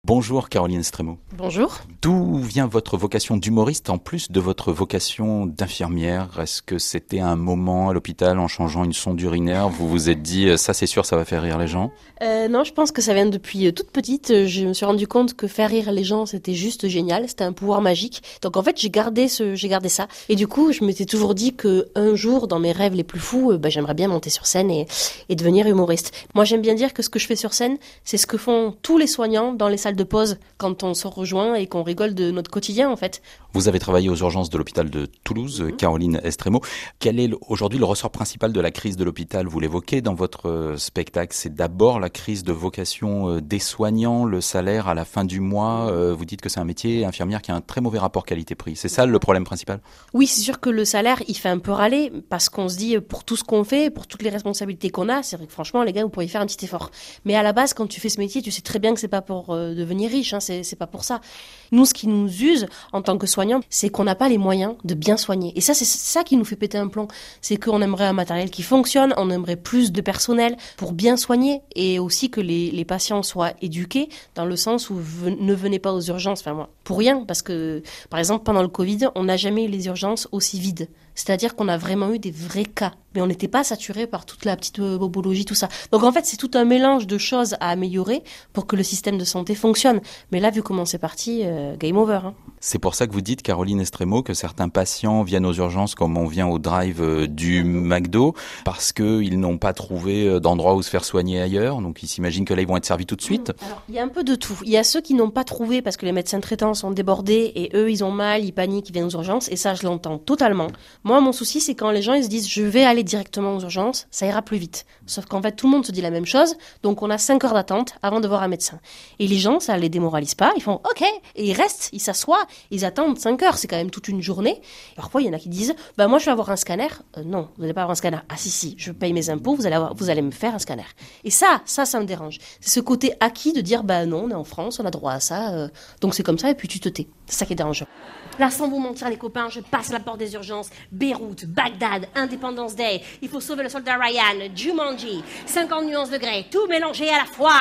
Bonjour Caroline Estremo. Bonjour. D'où vient votre vocation d'humoriste en plus de votre vocation d'infirmière? Est-ce que c'était un moment à l'hôpital en changeant une sonde urinaire, vous vous êtes dit ça c'est sûr ça va faire rire les gens? Non, je pense que ça vient depuis toute petite. Je me suis rendu compte que faire rire les gens c'était juste génial, c'était un pouvoir magique. Donc en fait j'ai gardé ça. Et du coup je m'étais toujours dit que un jour dans mes rêves les plus fous, j'aimerais bien monter sur scène et devenir humoriste. Moi j'aime bien dire que ce que je fais sur scène, c'est ce que font tous les soignants dans les salles de pause quand on se rejoint et qu'on rigole de notre quotidien en fait. Vous avez travaillé aux urgences de l'hôpital de Toulouse, Caroline Estremo. Quel est aujourd'hui le ressort principal de la crise de l'hôpital? Vous l'évoquez dans votre spectacle, c'est d'abord la crise de vocation des soignants, le salaire à la fin du mois. Vous dites que c'est un métier infirmière qui a un très mauvais rapport qualité-prix. C'est ça le problème principal? Oui, c'est sûr que le salaire, il fait un peu râler parce qu'on se dit pour tout ce qu'on fait, pour toutes les responsabilités qu'on a, c'est vrai que franchement les gars, vous pourriez faire un petit effort. Mais à la base, quand tu fais ce métier, tu sais très bien que c'est pas pour devenir riche, hein, c'est pas pour ça. Nous, ce qui nous use en tant que soignants, c'est qu'on n'a pas les moyens de bien soigner. Et ça, c'est ça qui nous fait péter un plomb. C'est qu'on aimerait un matériel qui fonctionne, on aimerait plus de personnel pour bien soigner et aussi que les patients soient éduqués dans le sens où ne venez pas aux urgences, enfin moi, pour rien, parce que par exemple pendant le Covid, on n'a jamais eu les urgences aussi vides. C'est-à-dire qu'on a vraiment eu des vrais cas, mais on n'était pas saturé par toute la petite bobologie, tout ça. Donc en fait, c'est tout un mélange de choses à améliorer pour que le système de santé fonctionne. Mais là, vu comment c'est parti, game over. Hein. C'est pour ça que vous dites, Caroline Estremo, que certains patients viennent aux urgences comme on vient au drive du McDo, parce qu'ils n'ont pas trouvé d'endroit où se faire soigner ailleurs. Donc ils s'imaginent que là, ils vont être servis tout de suite. Alors, il y a un peu de tout. Il y a ceux qui n'ont pas trouvé parce que les médecins traitants sont débordés et eux, ils ont mal, ils paniquent, ils viennent aux urgences. Et ça, je l'entends totalement. Moi, mon souci, c'est quand les gens ils se disent « je vais aller directement aux urgences, ça ira plus vite ». Sauf qu'en fait, tout le monde se dit la même chose, donc on a 5 heures d'attente avant de voir un médecin. Et les gens, ça les démoralise pas, ils font « ok », et ils restent, ils s'assoient, ils attendent 5 heures, c'est quand même toute une journée. Et parfois, il y en a qui disent « moi, je vais avoir un scanner ». Non, vous n'allez pas avoir un scanner. Ah si, je paye mes impôts, vous allez me faire un scanner. Et ça me dérange. C'est ce côté acquis de dire « non, on est en France, on a droit à ça, donc c'est comme ça, et puis tu te tais ». C'est ça qui est dérangeant. Là, sans vous mentir, les copains, je passe la porte des urgences. Beyrouth, Bagdad, Independence Day. Il faut sauver le soldat Ryan, Jumanji, 50 nuances de grès, tout mélangé à la fois.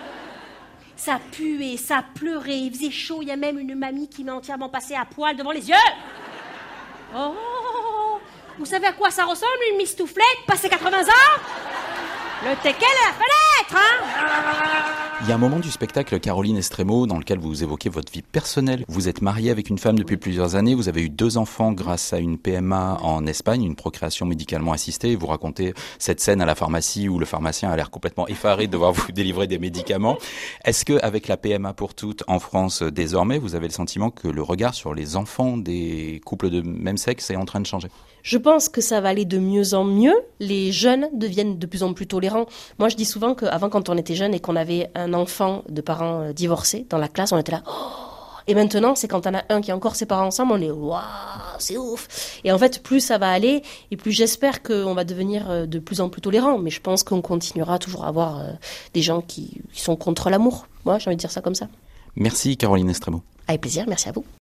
Ça puait, ça pleurait, il faisait chaud. Il y a même une mamie qui m'a entièrement passé à poil devant les yeux. Oh, vous savez à quoi ça ressemble, une mistouflette, passé 80 ans? Le teckel à la fenêtre, hein? Il y a un moment du spectacle Caroline Estremo dans lequel vous évoquez votre vie personnelle. Vous êtes mariée avec une femme depuis plusieurs années, vous avez eu 2 enfants grâce à une PMA en Espagne, une procréation médicalement assistée. Vous racontez cette scène à la pharmacie où le pharmacien a l'air complètement effaré de devoir vous délivrer des médicaments. Est-ce qu'avec la PMA pour toutes en France désormais, vous avez le sentiment que le regard sur les enfants des couples de même sexe est en train de changer? Je pense que ça va aller de mieux en mieux. Les jeunes deviennent de plus en plus tolérants. Moi, je dis souvent qu'avant, quand on était jeune et qu'on avait un enfant de parents divorcés dans la classe, on était là... Oh. Et maintenant, c'est quand on a un qui a encore ses parents ensemble, on est waouh, c'est ouf. Et en fait, plus ça va aller, et plus j'espère qu'on va devenir de plus en plus tolérants. Mais je pense qu'on continuera toujours à avoir des gens qui sont contre l'amour. Moi, j'ai envie de dire ça comme ça. Merci Caroline Estremo. Avec plaisir, merci à vous.